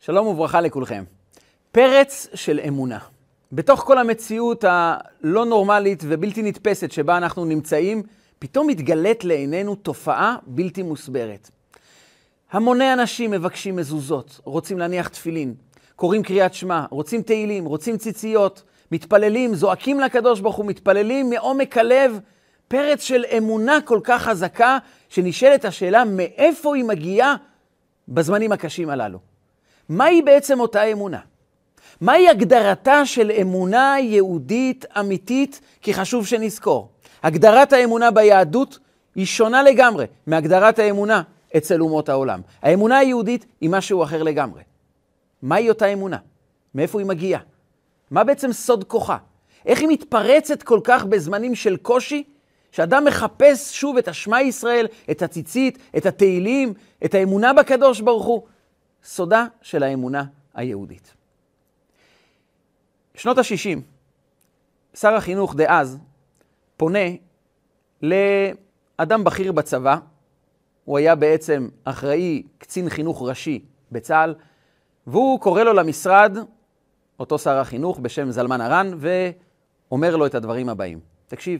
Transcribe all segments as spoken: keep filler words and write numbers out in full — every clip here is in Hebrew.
שלום וברכה לכולכם. פרץ של אמונה. בתוך כל המציאות הלא נורמלית ובלתי נתפסת שבה אנחנו נמצאים, פתאום מתגלית לעינינו תופעה בלתי מוסברת. המוני אנשים מבקשים מזוזות, רוצים להניח תפילין, קוראים קריאת שמע, רוצים תהילים, רוצים ציציות, מתפללים, זועקים לקדוש ברוך הוא, מתפללים מעומק הלב, פרץ של אמונה כל כך חזקה, שנשאלת השאלה מאיפה היא מגיעה בזמנים הקשים הללו. מהי בעצם אותה אמונה? מהי הגדרתה של אמונה יהודית אמיתית? כי חשוב שנזכור. הגדרת האמונה ביהדות היא שונה לגמרי מהגדרת האמונה אצל אומות העולם. האמונה היהודית היא משהו אחר לגמרי. מהי אותה אמונה? מאיפה היא מגיעה? מה בעצם סוד כוחה? איך היא מתפרצת כל כך בזמנים של קושי, שאדם מחפש שוב את השמע ישראל, את הציצית, את התהילים, את האמונה בקדוש ברוך הוא? סודה של האמונה היהודית. שנות ה-שישים, שר החינוך דאז פונה לאדם בכיר בצבא, הוא היה בעצם אחראי קצין חינוך ראשי בצה"ל, והוא קורא לו למשרד, אותו שר החינוך בשם זלמן ארן, ואומר לו את הדברים הבאים. תקשיב,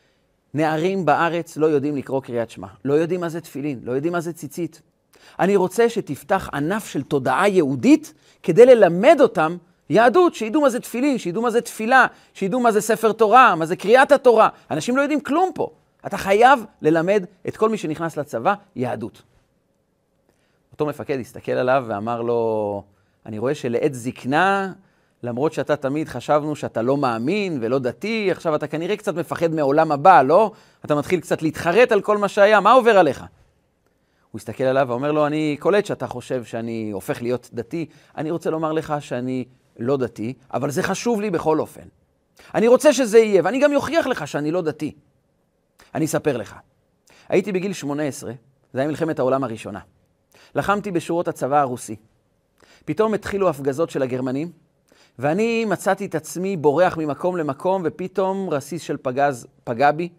נערים בארץ לא יודעים לקרוא קריאת שמע, לא יודעים מה זה תפילין, לא יודעים מה זה ציצית. אני רוצה שתפתח ענף של תודעה יהודית כדי ללמד אותם יהדות, שידעו מה זה תפילין, שידעו מה זה תפילה, שידעו מה זה ספר תורה, מה זה קריאת התורה. אנשים לא יודעים כלום פה. אתה חייב ללמד את כל מי שנכנס לצבא יהדות. אותו מפקד הסתכל עליו ואמר לו, אני רואה שלעת זקנה, למרות שאתה תמיד חשבנו שאתה לא מאמין ולא דתי, עכשיו אתה כנראה קצת מפחד מעולם הבא, לא? אתה מתחיל קצת להתחרט על כל מה שהיה, מה עובר עליך? הוא הסתכל עליו ואומר לו, אני קולט שאתה חושב שאני הופך להיות דתי, אני רוצה לומר לך שאני לא דתי, אבל זה חשוב לי בכל אופן. אני רוצה שזה יהיה, ואני גם יוכיח לך שאני לא דתי. אני אספר לך. הייתי בגיל שמונה עשרה, זה היה מלחמת העולם הראשונה. לחמתי בשורות הצבא הרוסי. פתאום התחילו הפגזות של הגרמנים, ואני מצאתי את עצמי בורח ממקום למקום, ופתאום רסיס של פגז פגע בי.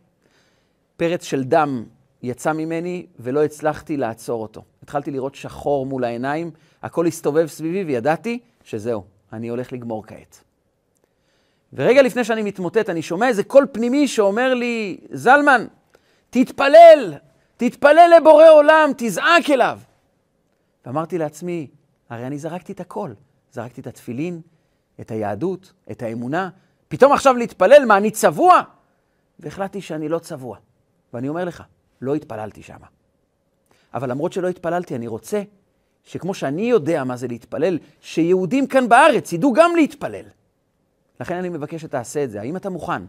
פרץ של דם יצא ממני, ולא הצלחתי לעצור אותו. התחלתי לראות שחור מול העיניים, הכל הסתובב סביבי, וידעתי שזהו, אני הולך לגמור כעת. ורגע לפני שאני מתמוטט, אני שומע איזה קול פנימי שאומר לי, זלמן, תתפלל, תתפלל לבורא עולם, תזעק אליו. ואמרתי לעצמי, הרי אני זרקתי את הכל. זרקתי את התפילין, את היהדות, את האמונה. פתאום עכשיו להתפלל, מה, אני צבוע? והחלטתי שאני לא צבוע. ואני אומר לך, לא התפללתי שם. אבל למרות שלא התפללתי, אני רוצה שכמו שאני יודע מה זה להתפלל, שיהודים כאן בארץ ידעו גם להתפלל. לכן אני מבקש שתעשה את זה. האם אתה מוכן?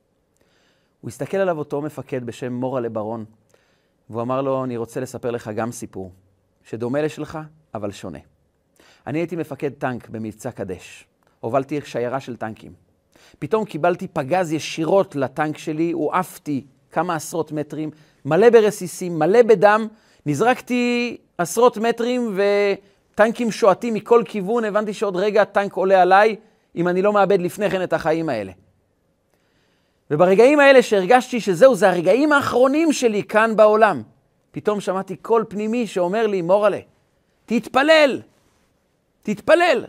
הוא הסתכל עליו אותו מפקד בשם מורלה ברון, והוא אמר לו, אני רוצה לספר לך גם סיפור, שדומה לשלך, אבל שונה. אני הייתי מפקד טנק במבצע קדש. הובלתי שיירה של טנקים. פתאום קיבלתי פגז ישירות לטנק שלי, הועפתי כמה עשרות מטרים, מלא ברסיסים, מלא בדם, נזרקתי עשרות מטרים וטנקים שועטים מכל כיוון, הבנתי שעוד רגע הטנק עולה עליי, אם אני לא מאבד לפני כן את החיים האלה. וברגעים האלה שהרגשתי שזהו, זה הרגעים האחרונים שלי כאן בעולם, פתאום שמעתי קול פנימי שאומר לי, מורלה, תתפלל, תתפלל.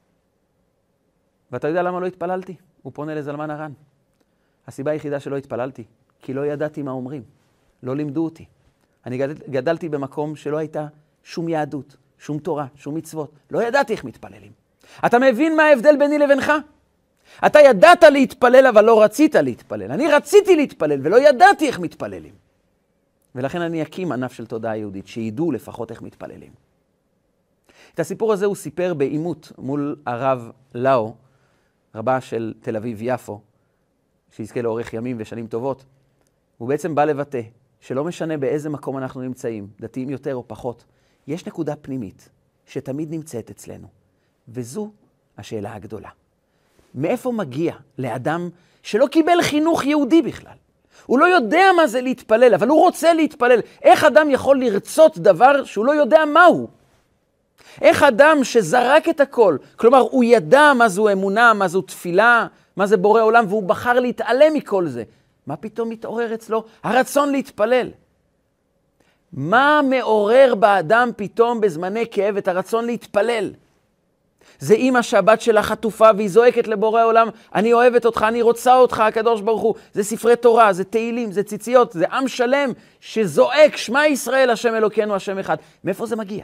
ואתה יודע למה לא התפללתי? הוא פונה לזלמן ארן. הסיבה היחידה שלא התפללתי, כי לא ידעתי מה אומרים, לא לימדו אותי. אני גדל, גדלתי במקום שלא הייתה שום יהדות, שום תורה, שום מצוות. לא ידעתי איך מתפללים. אתה מבין מה ההבדל ביני לבינך? אתה ידעת להתפלל, אבל לא רצית להתפלל. אני רציתי להתפלל, ולא ידעתי איך מתפללים. ולכן אני אקים ענף של תודעה יהודית, שידעו לפחות איך מתפללים. את הסיפור הזה הוא סיפר בעימות מול הרב לאו, רבה של תל אביב יפו, שיזכה לאורך ימים ושנים טובות. הוא בעצם בא לבטא, שלא משנה באיזה מקום אנחנו נמצאים, דתיים יותר או פחות, יש נקודה פנימית שתמיד נמצאת אצלנו. וזו השאלה הגדולה. מאיפה מגיע לאדם שלא קיבל חינוך יהודי בכלל? הוא לא יודע מה זה להתפלל, אבל הוא רוצה להתפלל. איך אדם יכול לרצות דבר שהוא לא יודע מהו? איך אדם שזרק את הכל, כלומר הוא ידע מה זו אמונה, מה זו תפילה, מה זה בורא עולם, והוא בחר להתעלם מכל זה. מה פתאום מתעורר אצלו? הרצון להתפלל. מה מעורר באדם פתאום בזמני כאב את הרצון להתפלל? זה אמא שהבת שלה חטופה והיא זועקת לבורא עולם, אני אוהבת אותך, אני רוצה אותך, הקדוש ברוך הוא. זה ספרי תורה, זה תהילים, זה ציציות, זה עם שלם שזועק, שמע ישראל, השם אלוקינו, השם אחד. מאיפה זה מגיע?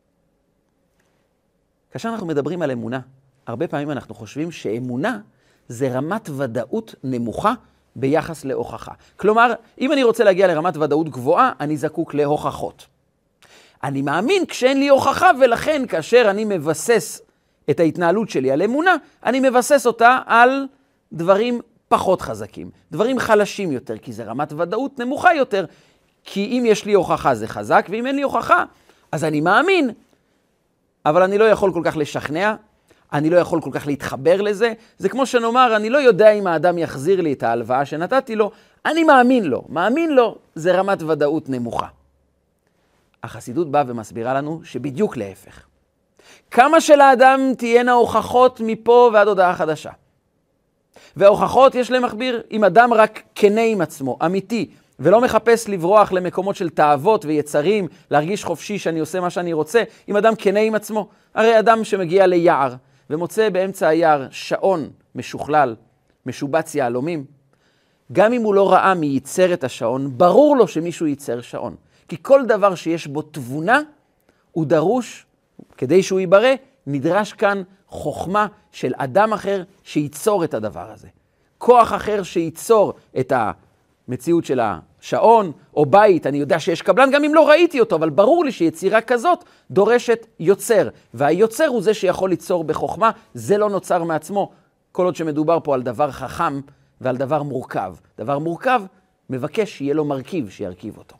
כאשר אנחנו מדברים על אמונה, הרבה פעמים אנחנו חושבים שאמונה זה רמת ודאות נמוכה ביחס להוכחה. כלומר, אם אני רוצה להגיע לרמת ודאות גבוהה, אני זקוק להוכחות. אני מאמין כשאין לי הוכחה, ולכן כאשר אני מבסס את ההתנהלות שלי על אמונה, אני מבסס אותה על דברים פחות חזקים, דברים חלשים יותר, כי זה רמת ודאות נמוכה יותר, כי אם יש לי הוכחה זה חזק, ואם אין לי הוכחה, אז אני מאמין, אבל אני לא יכול כל כך לשכנע, אני לא יכול כל כך להתחבר לזה. זה כמו שנאמר, אני לא יודע אם האדם יחזיר לי את ההלוואה שנתתי לו, אני מאמין לו. מאמין לו זה רמת ודאות נמוכה. החסידות באה ומסבירה לנו שבדיוק להפך. כמה שלאדם תהיינה הוכחות מפה ועד הודעה חדשה. וההוכחות יש להם מכביר, אם אדם רק כנה עם עצמו, אמיתי, ולא מחפש לברוח למקומות של תאוות ויצרים, להרגיש חופשי שאני עושה מה שאני רוצה, אם אדם כנה עם עצמו. הרי אדם שמגיע ליער ומוצא באמצע היער שעון משוכלל, משובץ יהלומים, גם אם הוא לא ראה מי ייצר את השעון, ברור לו שמישהו ייצר שעון. כי כל דבר שיש בו תבונה, הוא דרוש, כדי שהוא ייברא, נדרש כאן חוכמה של אדם אחר שייצור את הדבר הזה. כוח אחר שייצור את המציאות של השעון או בית. אני יודע שיש קבלן, גם אם לא ראיתי אותו, אבל ברור לי שיצירה כזאת דורשת יוצר. והיוצר הוא זה שיכול ליצור בחוכמה, זה לא נוצר מעצמו. כל עוד שמדובר פה על דבר חכם ועל דבר מורכב. דבר מורכב מבקש שיהיה לו מרכיב שירכיב אותו.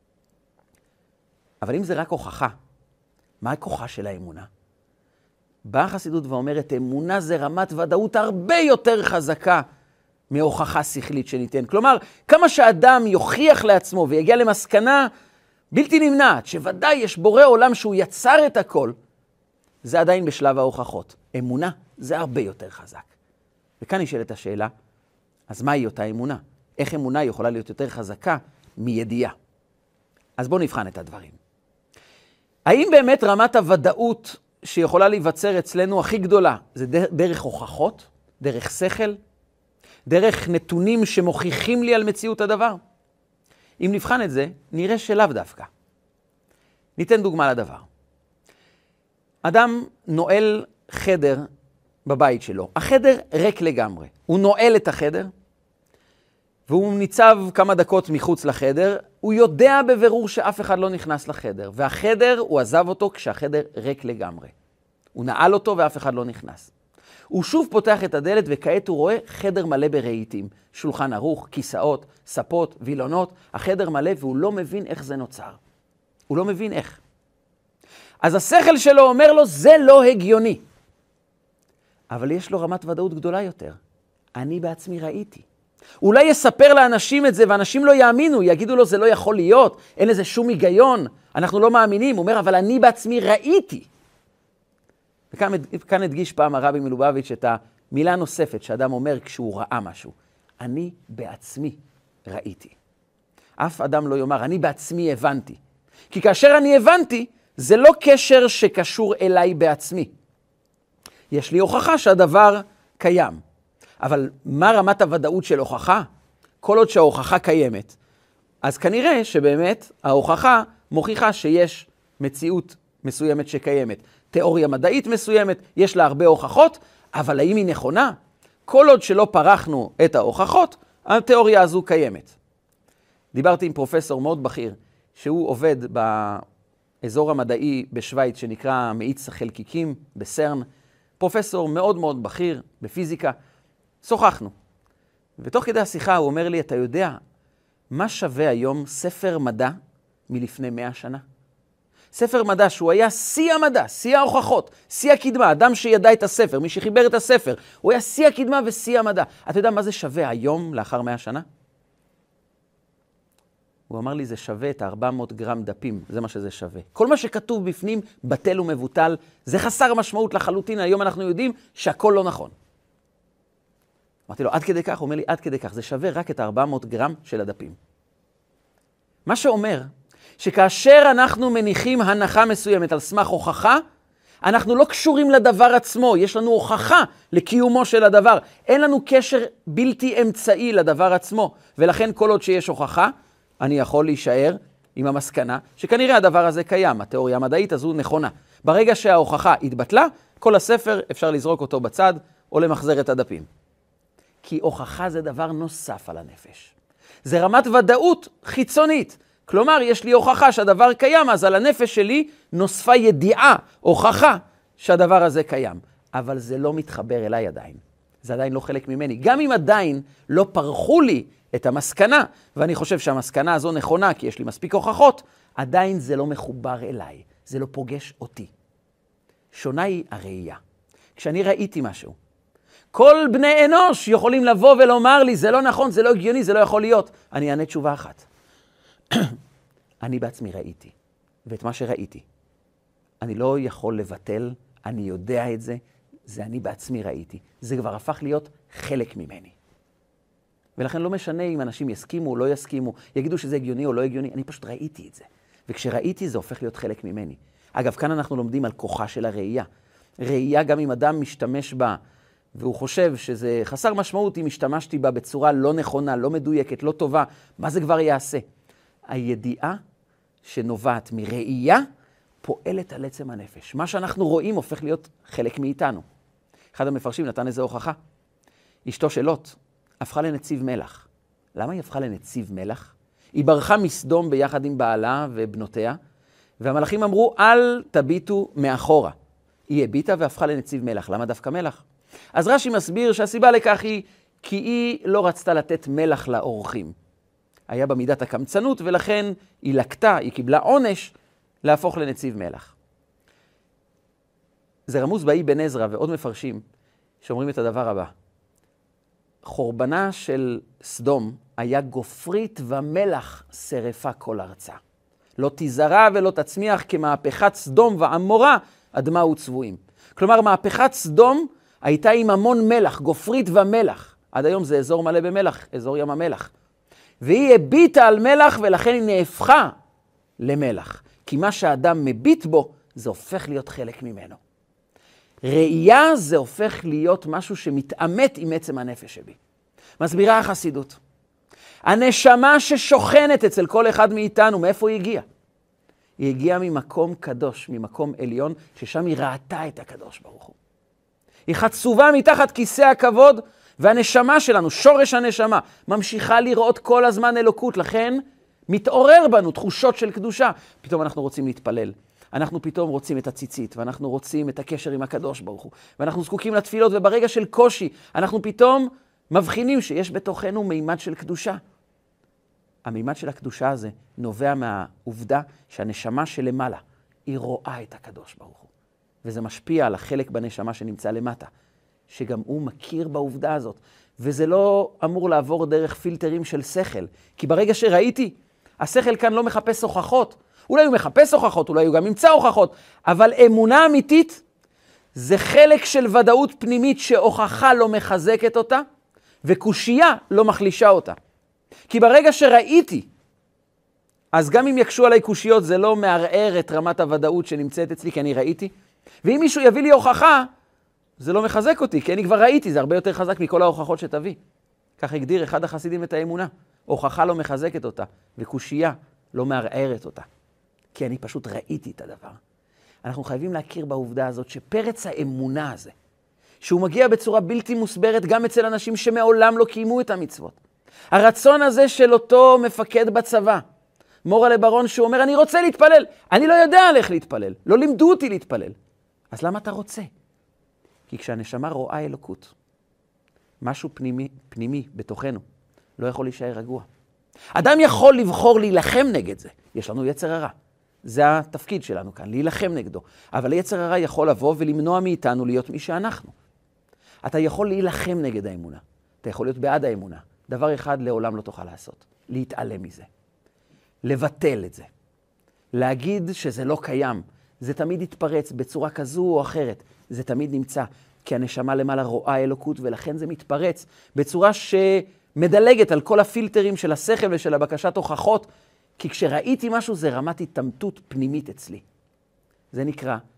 אבל אם זה רק הוכחה, מה הכוחה של האמונה? באה החסידות ואומרת, אמונה זה רמת ודאות הרבה יותר חזקה מהוכחה שכלית שניתן. כלומר, כמה שאדם יוכיח לעצמו ויגיע למסקנה בלתי נמנעת, שוודאי יש בורא עולם שהוא יצר את הכל, זה עדיין בשלב ההוכחות. אמונה זה הרבה יותר חזק. וכאן נשאלת השאלה, אז מהי אותה אמונה? איך אמונה יכולה להיות יותר חזקה מידיעה? אז בואו נבחן את הדברים. האם באמת רמת הוודאות שיכולה להיווצר אצלנו הכי גדולה, זה דרך הוכחות, דרך שכל, דרך נתונים שמוכיחים לי על מציאות הדבר? אם נבחן את זה, נראה שלאו דווקא. ניתן דוגמה לדבר. אדם נועל חדר בבית שלו. החדר ריק לגמרי. הוא נועל את החדר, והוא ניצב כמה דקות מחוץ לחדר. הוא יודע בבירור שאף אחד לא נכנס לחדר. והחדר, הוא עזב אותו כשהחדר ריק לגמרי. הוא נעל אותו ואף אחד לא נכנס. הוא שוב פותח את הדלת וכעת הוא רואה חדר מלא ברהיטים. שולחן ערוך, כיסאות, ספות, וילונות. החדר מלא והוא לא מבין איך זה נוצר. הוא לא מבין איך. אז השכל שלו אומר לו, זה לא הגיוני. אבל יש לו רמת ודאות גדולה יותר. אני בעצמי ראיתי. אולי יספר לאנשים את זה, ואנשים לא יאמינו, יגידו לו, זה לא יכול להיות, אין לזה שום היגיון, אנחנו לא מאמינים. הוא אומר, אבל אני בעצמי ראיתי. וכאן, וכאן הדגיש פעם הרבי מלובביץ' את המילה הנוספת שאדם אומר כשהוא ראה משהו. אני בעצמי ראיתי. אף אדם לא יאמר, אני בעצמי הבנתי. כי כאשר אני הבנתי, זה לא קשר שקשור אליי בעצמי. יש לי הוכחה שהדבר קיים. אבל מה רמת הוודאות של הוכחה? כל עוד שההוכחה קיימת, אז כנראה שבאמת ההוכחה מוכיחה שיש מציאות מסוימת שקיימת. תיאוריה מדעית מסוימת, יש לה הרבה הוכחות, אבל האם היא נכונה? כל עוד שלא פרחנו את ההוכחות, התיאוריה הזו קיימת. דיברתי עם פרופסור מאוד בכיר, שהוא עובד באזור המדעי בשוויץ, שנקרא מאיץ החלקיקים בסרן, פרופסור מאוד מאוד בכיר בפיזיקה. שוחחנו. ותוך כדי השיחה הוא אומר לי, אתה יודע, מה שווה היום ספר מדע מלפני מאה שנה? ספר מדע שהוא היה שיא המדע, שיא ההוכחות, שיא הקדמה, אדם שידע את הספר, מי שחיבר את הספר, הוא היה שיא הקדמה ושיא המדע. אתה יודע מה זה שווה היום לאחר מאה שנה? הוא אמר לי, זה שווה את ארבע מאות גרם דפים, זה מה שזה שווה. כל מה שכתוב בפנים, בטל ומבוטל, זה חסר משמעות לחלוטין, היום אנחנו יודעים שהכל לא נכון. אמרתי לו, עד כדי כך? הוא אומר לי, עד כדי כך, זה שווה רק את ארבע מאות גרם של הדפים. מה שאומר, שכאשר אנחנו מניחים הנחה מסוימת על סמך הוכחה, אנחנו לא קשורים לדבר עצמו, יש לנו הוכחה לקיומו של הדבר. אין לנו קשר בלתי אמצעי לדבר עצמו, ולכן כל עוד שיש הוכחה, אני יכול להישאר עם המסקנה שכנראה הדבר הזה קיים. התיאוריה המדעית הזו נכונה. ברגע שההוכחה התבטלה, כל הספר אפשר לזרוק אותו בצד או למחזר את הדפים. כי הוכחה זה דבר נוסף על הנפש. זה רמת ודאות חיצונית. כלומר, יש לי הוכחה שהדבר קיים, אז על הנפש שלי נוספה ידיעה, הוכחה שהדבר הזה קיים. אבל זה לא מתחבר אליי עדיין. זה עדיין לא חלק ממני. גם אם עדיין לא פרחו לי את המסקנה, ואני חושב שהמסקנה הזו נכונה, כי יש לי מספיק הוכחות, עדיין זה לא מחובר אליי. זה לא פוגש אותי. שונה היא הראייה. כשאני ראיתי משהו, כל בני אנוש יכולים לבוא ולומר לי, זה לא נכון, זה לא הגיוני, זה לא יכול להיות. אני אענה תשובה אחת. אני בעצמי ראיתי, ואת מה שראיתי, אני לא יכול לבטל, אני יודע את זה, זה אני בעצמי ראיתי. זה כבר הפך להיות חלק ממני. ולכן לא משנה אם אנשים יסכימו או לא יסכימו, יגידו שזה הגיוני או לא הגיוני, אני פשוט ראיתי את זה. וכשראיתי זה הופך להיות חלק ממני. אגב, כאן אנחנו לומדים על כוחה של הראייה. ראייה גם אם אדם משתמש בה, והוא חושב שזה חסר משמעות אם השתמשתי בה בצורה לא נכונה, לא מדויקת, לא טובה, מה זה כבר יעשה? הידיעה שנובעת מראייה פועלת על עצם הנפש. מה שאנחנו רואים הופך להיות חלק מאיתנו. אחד המפרשים נתן איזו הוכחה. אשתו של לוט הפכה לנציב מלח. למה היא הפכה לנציב מלח? היא ברחה מסדום ביחד עם בעלה ובנותיה, והמלאכים אמרו, אל תביטו מאחורה. היא הביטה והפכה לנציב מלח. למה דווקא מלח? אז רש"י מסביר שהסיבה לכך היא כי היא לא רצתה לתת מלח לאורחים. היה במידת הקמצנות, ולכן היא לקטה, היא קיבלה עונש להפוך לנציב מלח. זה רמוז באי בן עזרא ועוד מפרשים שאומרים את הדבר הבא. חורבנה של סדום היה גופרית ומלח שרפה כל ארצה. לא תזרע ולא תצמיח כמהפכת סדום ועמורה אדמה וצבועים. כלומר, מהפכת סדום הייתה עם המון מלח, גופרית ומלח. עד היום זה אזור מלא במלח, אזור ים המלח. והיא הביטה על מלח ולכן היא נהפכה למלח. כי מה שהאדם מביט בו, זה הופך להיות חלק ממנו. ראייה זה הופך להיות משהו שמתאמת עם עצם הנפש שבי. מסבירה החסידות. הנשמה ששוכנת אצל כל אחד מאיתנו, מאיפה היא הגיעה? היא הגיעה ממקום קדוש, ממקום עליון, ששם היא ראתה את הקדוש ברוך הוא. היא חצובה מתחת כיסא הכבוד, והנשמה שלנו, שורש הנשמה, ממשיכה לראות כל הזמן אלוקות, לכן מתעורר בנו תחושות של קדושה. פתאום אנחנו רוצים להתפלל, אנחנו פתאום רוצים את הציצית, ואנחנו רוצים את הקשר עם הקדוש ברוך הוא, ואנחנו זקוקים לתפילות, וברגע של קושי, אנחנו פתאום מבחינים שיש בתוכנו מימד של קדושה. המימד של הקדושה הזה נובע מהעובדה שהנשמה שלמעלה, היא רואה את הקדוש ברוך הוא. וזה משפיע על החלק בנשמה שנמצא למטה, שגם הוא מכיר בעובדה הזאת. וזה לא אמור לעבור דרך פילטרים של שכל, כי ברגע שראיתי, השכל כאן לא מחפש הוכחות. אולי הוא מחפש הוכחות, אולי הוא גם ימצא הוכחות, אבל אמונה אמיתית זה חלק של ודאות פנימית שהוכחה לא מחזקת אותה, וקושייה לא מחלישה אותה. כי ברגע שראיתי, אז גם אם יקשו עליי קושיות, זה לא מערער את רמת הוודאות שנמצאת אצלי, כי אני ראיתי. ואם מישהו יביא לי הוכחה, זה לא מחזק אותי, כי אני כבר ראיתי, זה הרבה יותר חזק מכל ההוכחות שתביא. כך הגדיר אחד החסידים את האמונה. הוכחה לא מחזקת אותה, וקושייה לא מערערת אותה. כי אני פשוט ראיתי את הדבר. אנחנו חייבים להכיר בעובדה הזאת שפרץ האמונה הזה, שהוא מגיע בצורה בלתי מוסברת גם אצל אנשים שמעולם לא קיימו את המצוות. הרצון הזה של אותו מפקד בצבא, מורלה ברון, שהוא אומר, אני רוצה להתפלל. אני לא יודע על איך להתפלל. לא לימדו אותי להתפלל. אז למה אתה רוצה? כי כשהנשמה רואה אלוקות, משהו פנימי, פנימי בתוכנו, לא יכול להישאר רגוע. אדם יכול לבחור להילחם נגד זה. יש לנו יצר הרע. זה התפקיד שלנו כאן, להילחם נגדו. אבל היצר הרע יכול לבוא ולמנוע מאיתנו להיות מי שאנחנו. אתה יכול להילחם נגד האמונה. אתה יכול להיות בעד האמונה. דבר אחד לעולם לא תוכל לעשות. להתעלם מזה. לבטל את זה. להגיד שזה לא קיים. זה תמיד יתפרץ בצורה כזו או אחרת. זה תמיד נמצא. כי הנשמה למעלה רואה אלוקות, ולכן זה מתפרץ בצורה שמדלגת על כל הפילטרים של השכל ושל הבקשת הוכחות. כי כשראיתי משהו זה רמת התאמתות פנימית אצלי. זה נקרא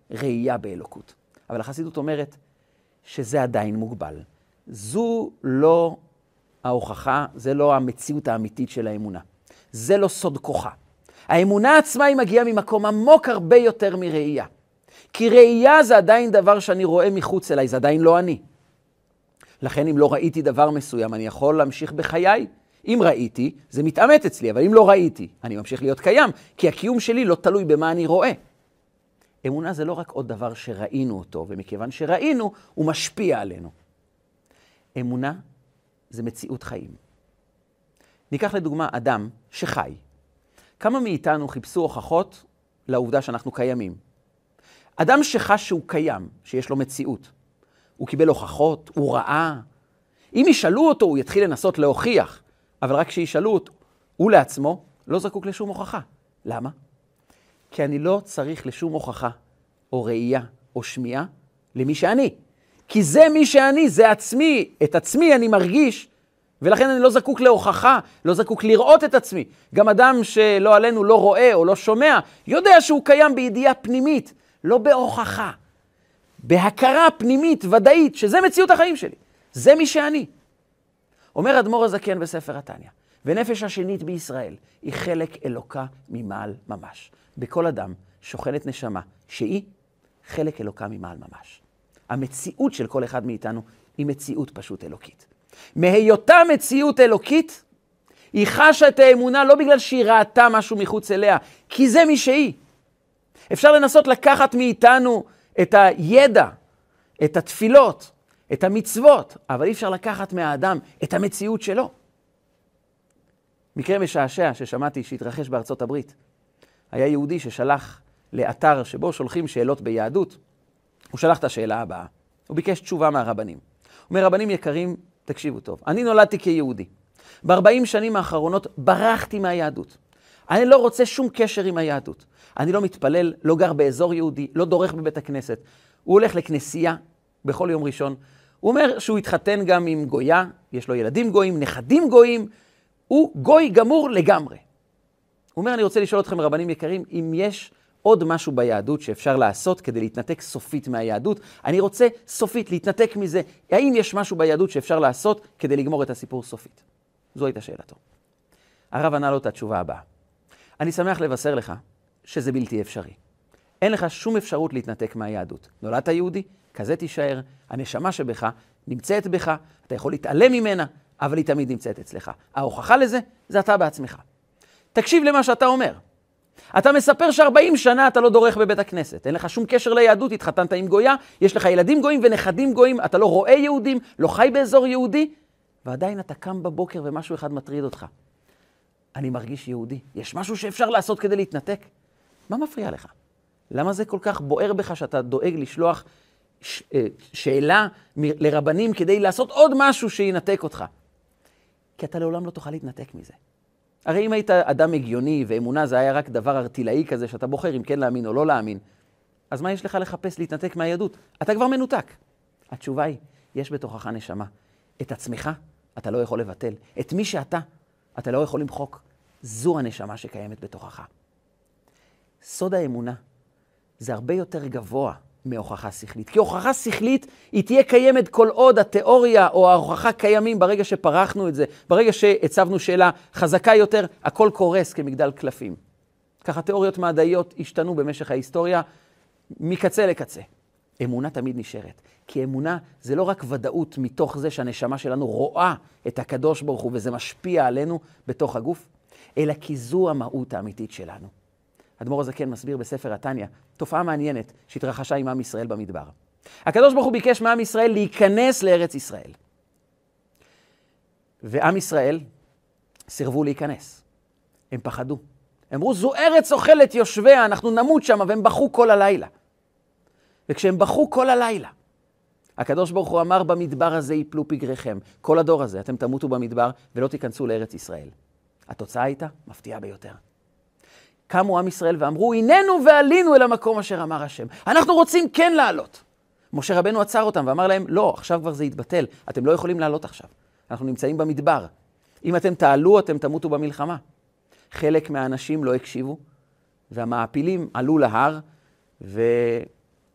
ראייה באלוקות. אבל החסידות אומרת שזה עדיין מוגבל. זו לא ההוכחה, זה לא המציאות האמיתית של האמונה. זה לא סוד כוחה. האמונה עצמה היא מגיעה ממקום עמוק הרבה יותר מראייה. כי ראייה זה עדיין דבר שאני רואה מחוץ אליי, זה עדיין לא אני. לכן אם לא ראיתי דבר מסוים, אני יכול להמשיך בחיי. אם ראיתי, זה מתאמת אצלי, אבל אם לא ראיתי, אני ממשיך להיות קיים, כי הקיום שלי לא תלוי במה אני רואה. אמונה זה לא רק עוד דבר שראינו אותו, ומכיוון שראינו, הוא משפיע עלינו. אמונה זה מציאות חיים. ניקח לדוגמה אדם שחי. כמה מאיתנו חיפשו הוכחות לעובדה שאנחנו קיימים? אדם שחש שהוא קיים, שיש לו מציאות. הוא קיבל הוכחות, הוא ראה. אם ישאלו אותו, הוא יתחיל לנסות להוכיח. אבל רק כשישאלו אותו, הוא לעצמו לא זקוק לשום הוכחה. למה? כי אני לא צריך לשום הוכחה, או ראייה, או שמיעה, למי שאני. כי זה מי שאני, זה עצמי. את עצמי אני מרגיש, ולכן אני לא זקוק להוכחה, לא זקוק לראות את עצמי. גם אדם שלא עלינו לא רואה או לא שומע, יודע שהוא קיים בידיעה פנימית, לא בהוכחה. בהכרה פנימית, ודאית, שזה מציאות החיים שלי. זה מי שאני. אומר אדמו"ר הזקן בספר התניא, ונפש השנית בישראל היא חלק אלוקה ממעל ממש. בכל אדם שוכנת נשמה שהיא חלק אלוקה ממעל ממש. המציאות של כל אחד מאיתנו היא מציאות פשוט אלוקית. מהיותה מציאות אלוקית, היא חשה את האמונה לא בגלל שהיא ראתה משהו מחוץ אליה, כי זה מי שהיא. אפשר לנסות לקחת מאיתנו את הידע, את התפילות, את המצוות, אבל אי אפשר לקחת מהאדם את המציאות שלו. מקרה משעשע ששמעתי שהתרחש בארצות הברית. היה יהודי ששלח לאתר שבו שולחים שאלות ביהדות. הוא שלח את השאלה הבאה. הוא ביקש תשובה מהרבנים. הוא אומר, רבנים יקרים, תקשיבו טוב. אני נולדתי כיהודי. ב-ארבעים שנים האחרונות ברחתי מהיהדות. אני לא רוצה שום קשר עם היהדות. אני לא מתפלל, לא גר באזור יהודי, לא דורך בבית הכנסת. הוא הולך לכנסייה בכל יום ראשון. הוא אומר שהוא התחתן גם עם גויה, יש לו ילדים גויים, נכדים גויים. הוא גוי גמור לגמרי. הוא אומר, אני רוצה לשאול אתכם, רבנים יקרים, אם יש עוד משהו ביהדות שאפשר לעשות כדי להתנתק סופית מהיהדות. אני רוצה סופית להתנתק מזה. האם יש משהו ביהדות שאפשר לעשות כדי לגמור את הסיפור סופית? זו הייתה שאלתו. הרב ענה לו את התשובה הבאה. אני שמח לבשר לך שזה בלתי אפשרי. אין לך שום אפשרות להתנתק מהיהדות. נולדת יהודי, כזה תישאר, הנשמה שבך נמצאת בך, אתה יכול להתעלם ממנה, אבל היא תמיד נמצאת אצלך. ההוכחה לזה זה אתה בעצמך. תקשיב למה שאתה אומר. אתה מספר ש-ארבעים שנה אתה לא דורך בבית הכנסת. אין לך שום קשר ליהדות, התחתנת עם גויה, יש לך ילדים גויים ונכדים גויים, אתה לא רואה יהודים, לא חי באזור יהודי, ועדיין אתה קם בבוקר ומשהו אחד מטריד אותך. אני מרגיש יהודי. יש משהו שאפשר לעשות כדי להתנתק? מה מפריע לך? למה זה כל כך בוער בך שאתה דואג לשלוח ש... שאלה מ... לרבנים כדי לעשות עוד משהו שינתק אותך? כי אתה לעולם לא תוכל להתנתק מזה. הרי אם היית אדם הגיוני ואמונה זה היה רק דבר ארטילאי כזה שאתה בוחר אם כן להאמין או לא להאמין, אז מה יש לך לחפש להתנתק מהיהדות? אתה כבר מנותק. התשובה היא, יש בתוכך נשמה. את עצמך אתה לא יכול לבטל. את מי שאתה, אתה לא יכול למחוק. זו הנשמה שקיימת בתוכך. סוד האמונה זה הרבה יותר גבוה מהוכחה שכלית. כי הוכחה שכלית היא תהיה קיימת כל עוד התיאוריה או ההוכחה קיימים ברגע שפרחנו את זה. ברגע שהצבנו שאלה חזקה יותר, הכל קורס כמגדל קלפים. ככה תיאוריות מדעיות השתנו במשך ההיסטוריה מקצה לקצה. אמונה תמיד נשארת. כי אמונה זה לא רק ודאות מתוך זה שהנשמה שלנו רואה את הקדוש ברוך הוא וזה משפיע עלינו בתוך הגוף, אלא כי זו המהות האמיתית שלנו. אדמו"ר הזקן מסביר בספר התניא, תופעה מעניינת שהתרחשה עם עם ישראל במדבר. הקדוש ברוך הוא ביקש מעם ישראל להיכנס לארץ ישראל. ועם ישראל סירבו להיכנס. הם פחדו. הם אמרו, זו ארץ אוכלת יושביה, אנחנו נמות שם, והם בכו כל הלילה. וכשהם בכו כל הלילה, הקדוש ברוך הוא אמר, במדבר הזה ייפלו פגריכם. כל הדור הזה, אתם תמותו במדבר ולא תיכנסו לארץ ישראל. התוצאה הייתה מפתיעה ביותר. קמו עם ישראל ואמרו, הננו ועלינו אל המקום אשר אמר השם. אנחנו רוצים כן לעלות. משה רבנו עצר אותם ואמר להם, לא, עכשיו כבר זה יתבטל. אתם לא יכולים לעלות עכשיו. אנחנו נמצאים במדבר. אם אתם תעלו, אתם תמותו במלחמה. חלק מהאנשים לא הקשיבו, והמעפילים עלו להר,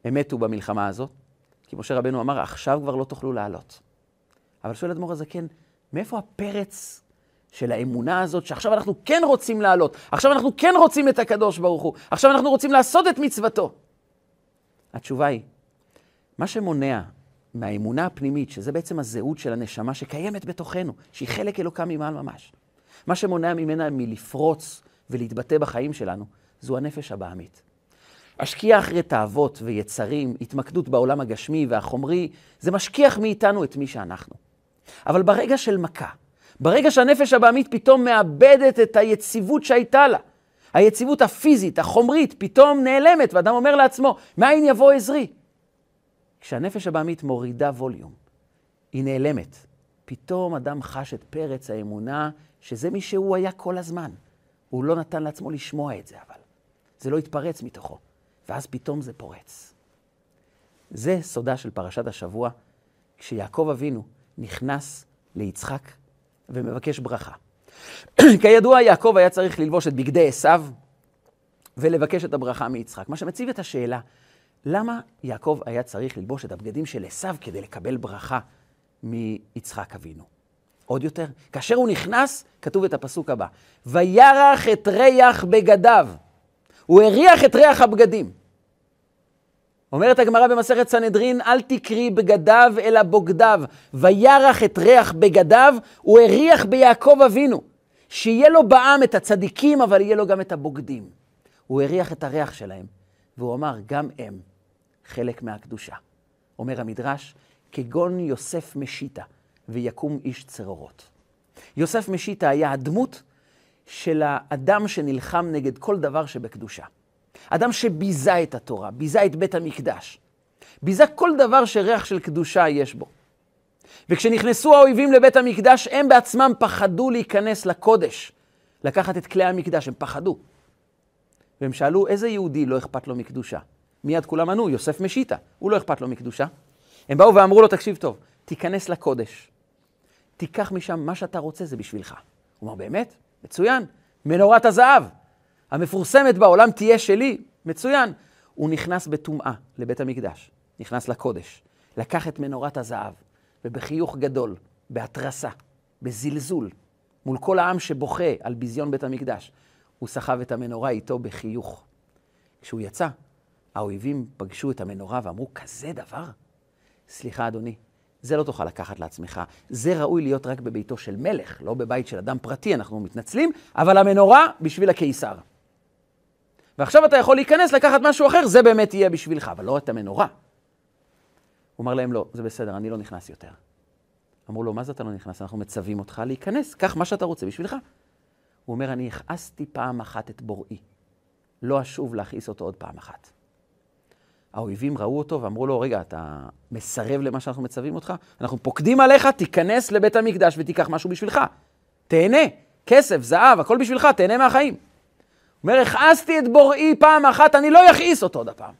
הם מתו במלחמה הזאת, כי משה רבנו אמר, עכשיו כבר לא תוכלו לעלות. אבל שואל אדמו"ר הזקן, מאיפה הפרץ של האמונה הזאת, שעכשיו אנחנו כן רוצים לעלות, עכשיו אנחנו כן רוצים את הקדוש ברוך הוא, עכשיו אנחנו רוצים לעשות את מצוותו? התשובה היא, מה שמונע מהאמונה הפנימית, שזה בעצם הזהות של הנשמה שקיימת בתוכנו, שהיא חלק אלוקה ממעל ממש, מה שמונע ממנה מלפרוץ ולהתבטא בחיים שלנו, זו הנפש הבעמית. השקיע אחרי תאוות ויצרים, התמקדות בעולם הגשמי והחומרי, זה משכיח מאיתנו את מי שאנחנו. אבל ברגע של מכה, ברגע שהנפש הבעמית פתאום מאבדת את היציבות שהייתה לה, היציבות הפיזית, החומרית, פתאום נעלמת, ואדם אומר לעצמו, מאין יבוא עזרי? כשהנפש הבעמית מורידה ווליום, היא נעלמת. פתאום אדם חש את פרץ האמונה, שזה מי שהוא היה כל הזמן. הוא לא נתן לעצמו לשמוע את זה, אבל זה לא התפרץ מתוכו. ואז פתאום זה פורץ. זה סודה של פרשת השבוע, כשיעקב אבינו נכנס ליצחק ומבקש ברכה. כידוע, יעקב היה צריך ללבוש את בגדי עשיו ולבקש את הברכה מיצחק. מה שמציב את השאלה, למה יעקב היה צריך ללבוש את הבגדים של עשיו כדי לקבל ברכה מיצחק אבינו? עוד יותר, כאשר הוא נכנס, כתוב את הפסוק הבא, וירח את ריח בגדיו. הוא הריח את ריח הבגדים. אומרת הגמרא במסכת סנהדרין, אל תקרי בגדיו אלא בוגדיו. וירח את ריח בגדיו, הוא הריח ביעקב אבינו. שיהיה לו בעם את הצדיקים, אבל יהיה לו גם את הבוגדים. הוא הריח את הריח שלהם, והוא אמר, גם הם חלק מהקדושה. אומר המדרש, כגון יוסף משיטה, ויקום איש צרורות. יוסף משיטה היה הדמות של האדם שנלחם נגד כל דבר שבקדושה. אדם שביזה את התורה, ביזה את בית המקדש. ביזה כל דבר שריח של קדושה יש בו. וכשנכנסו האויבים לבית המקדש, הם בעצמם פחדו להיכנס לקודש, לקחת את כלי המקדש, הם פחדו. והם שאלו, איזה יהודי לא אכפת לו מקדושה? מיד כולם ענו, יוסף משיטה, הוא לא אכפת לו מקדושה. הם באו ואמרו לו, תקשיב טוב, תיכנס לקודש, תיקח משם מה שאתה רוצה, זה בשבילך. הוא אמר, באמת? מצוין. מנורת הזהב, המפורסמת בעולם תהיה שלי, מצוין. הוא נכנס בטומאה לבית המקדש, נכנס לקודש, לקח את מנורת הזהב, ובחיוך גדול, בהתרסה, בזלזול, מול כל העם שבוכה על ביזיון בית המקדש, הוא סחב את המנורה איתו בחיוך. כשהוא יצא, האויבים פגשו את המנורה ואמרו, כזה דבר? סליחה אדוני, זה לא תוכל לקחת לעצמך. זה ראוי להיות רק בביתו של מלך, לא בבית של אדם פרטי, אנחנו מתנצלים, אבל המנורה בשביל הקיסר. ועכשיו אתה יכול להיכנס, לקחת משהו אחר, זה באמת יהיה בשבילך, אבל לא את המנורה. הוא אמר להם, לא, זה בסדר, אני לא נכנס יותר. אמרו לו, מה זה אתה לא נכנס? אנחנו מצווים אותך להיכנס, קח מה שאתה רוצה בשבילך. הוא אומר, אני הכעסתי פעם אחת את בוראי, לא אשוב להכעיס אותו עוד פעם אחת. האויבים ראו אותו ואמרו לו, רגע, אתה מסרב למה שאנחנו מצווים אותך? אנחנו פוקדים עליך, תיכנס לבית המקדש ותיקח משהו בשבילך. תהנה, כסף, זהב, הכל בשבילך, תהנה מהחיים. הוא אומר, הכעסתי את בוראי פעם אחת, אני לא יכעיס אותו עוד הפעם.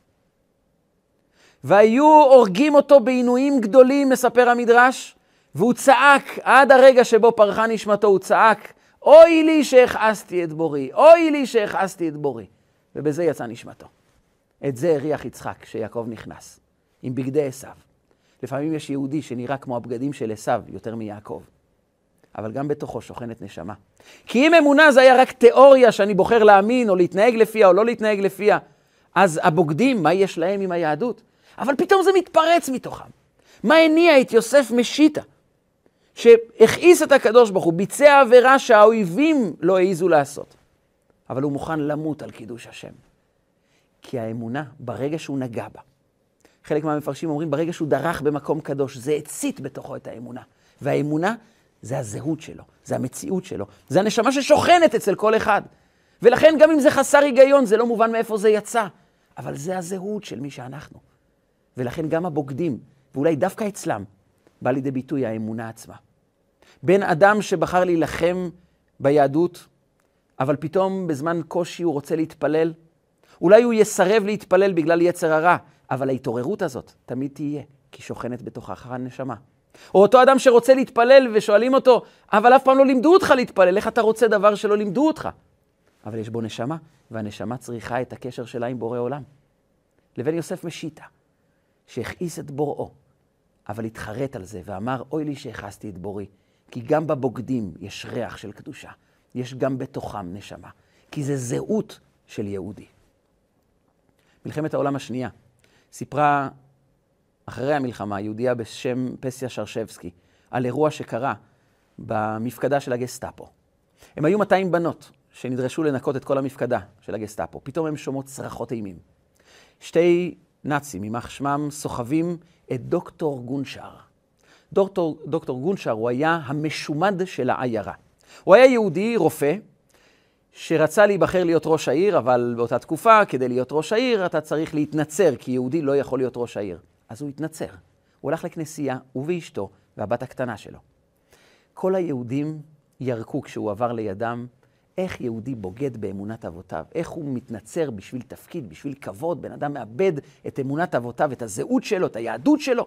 והיו הורגים אותו בעינויים גדולים, מספר המדרש, והוא צעק, עד הרגע שבו פרחה נשמתו, הוא צעק, אוי לי שהכעסתי את בוראי, אוי לי שהכעסתי את בוראי. ובזה יצא נשמתו. את זה הריח יצחק כשיעקב נכנס, עם בגדי עשיו. לפעמים יש יהודי שנראה כמו הבגדים של עשיו יותר מיעקב. אבל גם בתוכו שוכנת נשמה. כי אם אמונה זה היה רק תיאוריה שאני בוחר להאמין או להתנהג לפיה או לא להתנהג לפיה, אז הבוגדים, מה יש להם עם היהדות? אבל פתאום זה מתפרץ מתוכם. מה הניע את יוסף משיטה? שהכעיס את הקדוש ברוך הוא, ביצע עבירה שהאויבים לא העיזו לעשות. אבל הוא מוכן למות על קידוש השם. כי האמונה, ברגע שהוא נגע בה, חלק מהמפרשים אומרים, ברגע שהוא דרך במקום קדוש, זה הצית בתוכו את האמונה. והאמונה זה הזהות שלו, זה המציאות שלו, זה הנשמה ששוכנת אצל כל אחד. ולכן גם אם זה חסר היגיון, זה לא מובן מאיפה זה יצא. אבל זה הזהות של מי שאנחנו. ולכן גם הבוגדים, ואולי דווקא אצלם, בא לידי ביטוי האמונה עצמה. בין אדם שבחר להילחם ביהדות, אבל פתאום בזמן קושי הוא רוצה להתפלל, אולי הוא יסרב להתפלל בגלל יצר הרע, אבל ההתעוררות הזאת תמיד תהיה, כי שוכנת בתוכך הנשמה. או אותו אדם שרוצה להתפלל ושואלים אותו, אבל אף פעם לא לימדו אותך להתפלל, איך אתה רוצה דבר שלא לימדו אותך? אבל יש בו נשמה, והנשמה צריכה את הקשר שלה עם בורא עולם. לבין יוסף משיטה, שהכעיס את בוראו, אבל התחרט על זה ואמר, אוי לי שהכעסתי את בורי, כי גם בבוגדים יש ריח של קדושה, יש גם בתוכם נשמה, כי זה זהות של יהודי. מלחמת העולם השנייה סיפרה אחרי המלחמה יהודייה בשם פסיה שרשבסקי, על אירוע שקרה במפקדה של הגסטאפו. הם היו מאתיים בנות שנדרשו לנקות את כל המפקדה של הגסטאפו. פתאום הם שומעות צרחות אימים. שתי נאצים, יימח שמם, סוחבים את דוקטור גונשר. דוקטור, דוקטור גונשר הוא היה המשומד של העיירה. הוא היה יהודי, רופא, שרצה להיבחר להיות ראש העיר, אבל באותה תקופה, כדי להיות ראש העיר, אתה צריך להתנצר, כי יהודי לא יכול להיות ראש העיר. אז הוא התנצר. הוא הלך לכנסייה, הוא ואשתו, והבת הקטנה שלו. כל היהודים ירקו כשהוא עבר לידם, איך יהודי בוגד באמונת אבותיו, איך הוא מתנצר בשביל תפקיד, בשביל כבוד, בן אדם מאבד את אמונת אבותיו, את הזהות שלו, את היהדות שלו.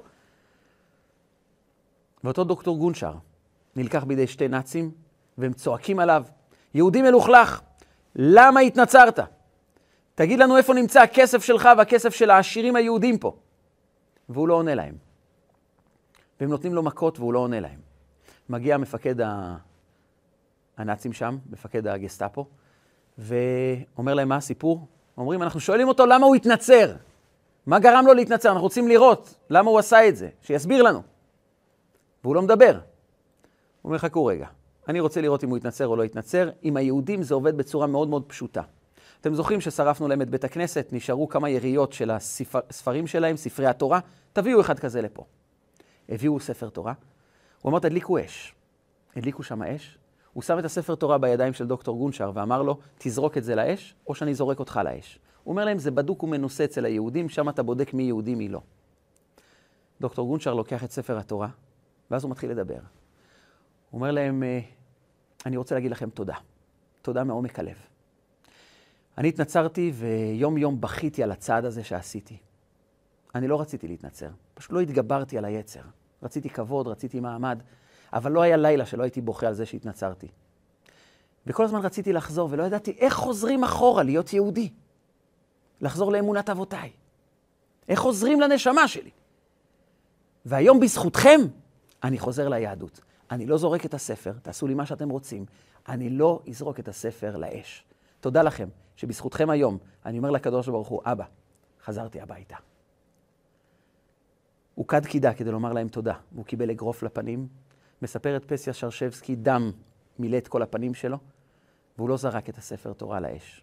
ואותו דוקטור גונשר נלקח בידי שתי נאצים, והם צועקים עליו, יהודי מלוכלך, למה התנצרת? תגיד לנו איפה נמצא הכסף שלך והכסף של העשירים היהודים פה. והוא לא עונה להם. והם נותנים לו מכות והוא לא עונה להם. מגיע מפקד ה... הנאצים שם, מפקד הגסטאפו, ואומר להם מה הסיפור? אומרים, אנחנו שואלים אותו למה הוא התנצר. מה גרם לו להתנצר? אנחנו רוצים לראות למה הוא עשה את זה, שיסביר לנו. והוא לא מדבר. הוא אומר, חכו רגע. אני רוצה לראות אם הוא יתנצר או לא יתנצר. עם היהודים זה עובד בצורה מאוד מאוד פשוטה. אתם זוכרים ששרפנו להם את בית הכנסת, נשארו כמה יריות של הספרים שלהם, ספרי התורה, תביאו אחד כזה לפה. הביאו ספר תורה. הוא אמר, תדליקו אש. הדליקו שם אש. הוא שם את הספר תורה בידיים של דוקטור גונשר ואמר לו, תזרוק את זה לאש, או שאני זורק אותך לאש. הוא אומר להם, זה בדוק ומנוסה אצל היהודים, שם אתה בודק מי יהודי מי לא. דוקטור גונשר לוקח את ספר התורה, ואז הוא מתחיל לדבר. הוא אומר להם, אני רוצה להגיד לכם תודה. תודה מעומק הלב. אני התנצרתי ויום יום בכיתי על הצעד הזה שעשיתי. אני לא רציתי להתנצר, פשוט לא התגברתי על היצר. רציתי כבוד, רציתי מעמד, אבל לא היה לילה שלא הייתי בוכה על זה שהתנצרתי. וכל הזמן רציתי לחזור ולא ידעתי איך חוזרים אחורה להיות יהודי. לחזור לאמונת אבותיי. איך חוזרים לנשמה שלי. והיום בזכותכם אני חוזר ליהדות. אני לא זורק את הספר, תעשו לי מה שאתם רוצים. אני לא אזרוק את הספר לאש. תודה לכם שבזכותכם היום אני אומר לקדוש ברוך הוא, אבא, חזרתי הביתה. הוא קד קידה כדי לומר להם תודה, והוא קיבל אגרוף לפנים. מספרת פסיה שרשבסקי, דם מילא את כל הפנים שלו, והוא לא זרק את הספר תורה לאש.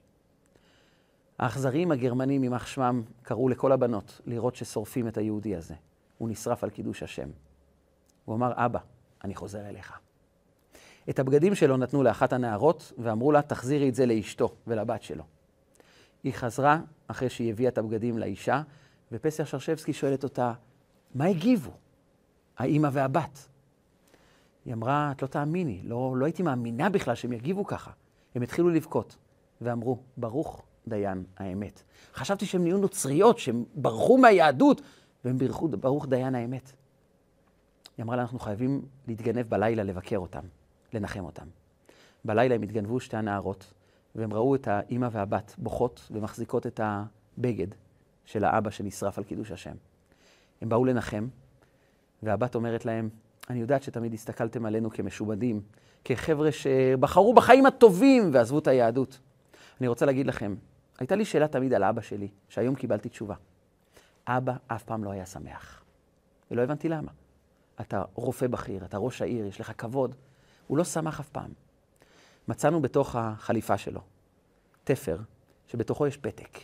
האכזרים הגרמנים יימח שמם קראו לכל הבנות לראות ששורפים את היהודי הזה. הוא נשרף על קידוש השם. הוא אמר, אבא, אני חוזר אליך. את הבגדים שלו נתנו לאחת הנערות ואמרו לה, תחזירי את זה לאשתו ולבת שלו. היא חזרה אחרי שהיא הביאה את הבגדים לאישה, ופסיה שרשבסקי שואלת אותה, מה הגיבו? האמא והבת. היא אמרה, את לא תאמיני, לא, לא הייתי מאמינה בכלל שהם יגיבו ככה. הם התחילו לבכות ואמרו, ברוך דיין האמת. חשבתי שהם נהיו נוצריות, שהם ברחו מהיהדות, והם ברכו ברוך דיין האמת. היא אמרה לה, אנחנו חייבים להתגנב בלילה לבקר אותם, לנחם אותם. בלילה הם התגנבו שתי הנערות, והם ראו את האמא והבת בוכות ומחזיקות את הבגד של האבא שנשרף על קידוש השם. הם באו לנחם, והבת אומרת להם, אני יודעת שתמיד הסתכלתם עלינו כמשובדים, כחבר'ה שבחרו בחיים הטובים ועזבו את היהדות. אני רוצה להגיד לכם, הייתה לי שאלה תמיד על אבא שלי, שהיום קיבלתי תשובה. אבא אף פעם לא היה שמח, ולא הבנתי למה. אתה רופא בכיר, אתה ראש העיר, יש לך כבוד. הוא לא שמח אף פעם. מצאנו בתוך החליפה שלו תפר, שבתוכו יש פתק.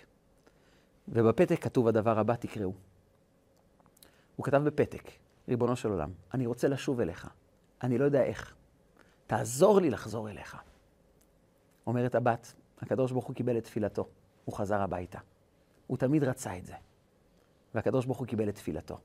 ובפתק כתוב הדבר הבא, תקראו. הוא כתב בפתק, ריבונו של עולם, אני רוצה לשוב אליך. אני לא יודע איך. תעזור לי לחזור אליך. אומרת הבת, הקדוש ברוך הוא קיבל את תפילתו. הוא חזר הביתה. הוא תמיד רצה את זה. והקדוש ברוך הוא קיבל את תפילתו.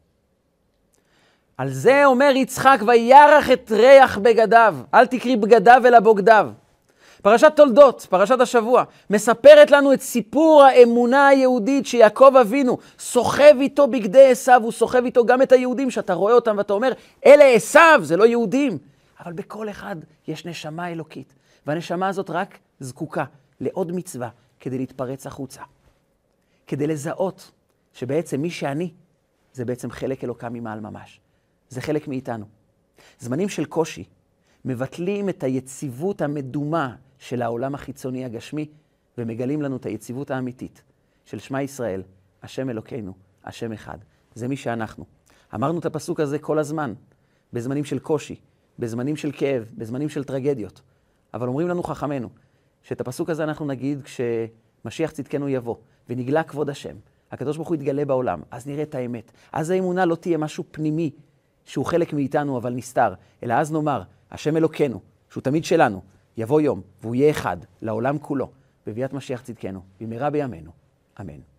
על זה אומר יצחק, וירח את ריח בגדיו. אל תקרי בגדיו אלא בוגדיו. פרשת תולדות, פרשת השבוע, מספרת לנו את סיפור האמונה היהודית שיעקב אבינו סוחב איתו בגדי עשיו, הוא סוחב איתו גם את היהודים שאתה רואה אותם ואתה אומר, אלה עשיו, זה לא יהודים. אבל בכל אחד יש נשמה אלוקית, והנשמה הזאת רק זקוקה לעוד מצווה כדי להתפרץ החוצה, כדי לזהות שבעצם מי שאני, זה בעצם חלק אלוקה ממעל ממש. זה חלק מאיתנו. זמנים של קושי מבטלים את היציבות המדומה של העולם החיצוני הגשמי, ומגלים לנו את היציבות האמיתית של שמע ישראל, השם אלוקינו, השם אחד. זה מי שאנחנו. אמרנו את הפסוק הזה כל הזמן, בזמנים של קושי, בזמנים של כאב, בזמנים של טרגדיות. אבל אומרים לנו חכמינו, שאת הפסוק הזה אנחנו נגיד כשמשיח צדקנו יבוא, ונגלה כבוד השם. הקדוש ברוך הוא יתגלה בעולם, אז נראה את האמת. אז האמונה לא תהיה משהו פנימי, שהוא חלק מאיתנו אבל נסתר, אלא אז נאמר, השם אלוקינו, שהוא תמיד שלנו, יבוא יום, והוא יהיה אחד לעולם כולו, בביאת משיח צדקנו, במהרה בימינו. אמן.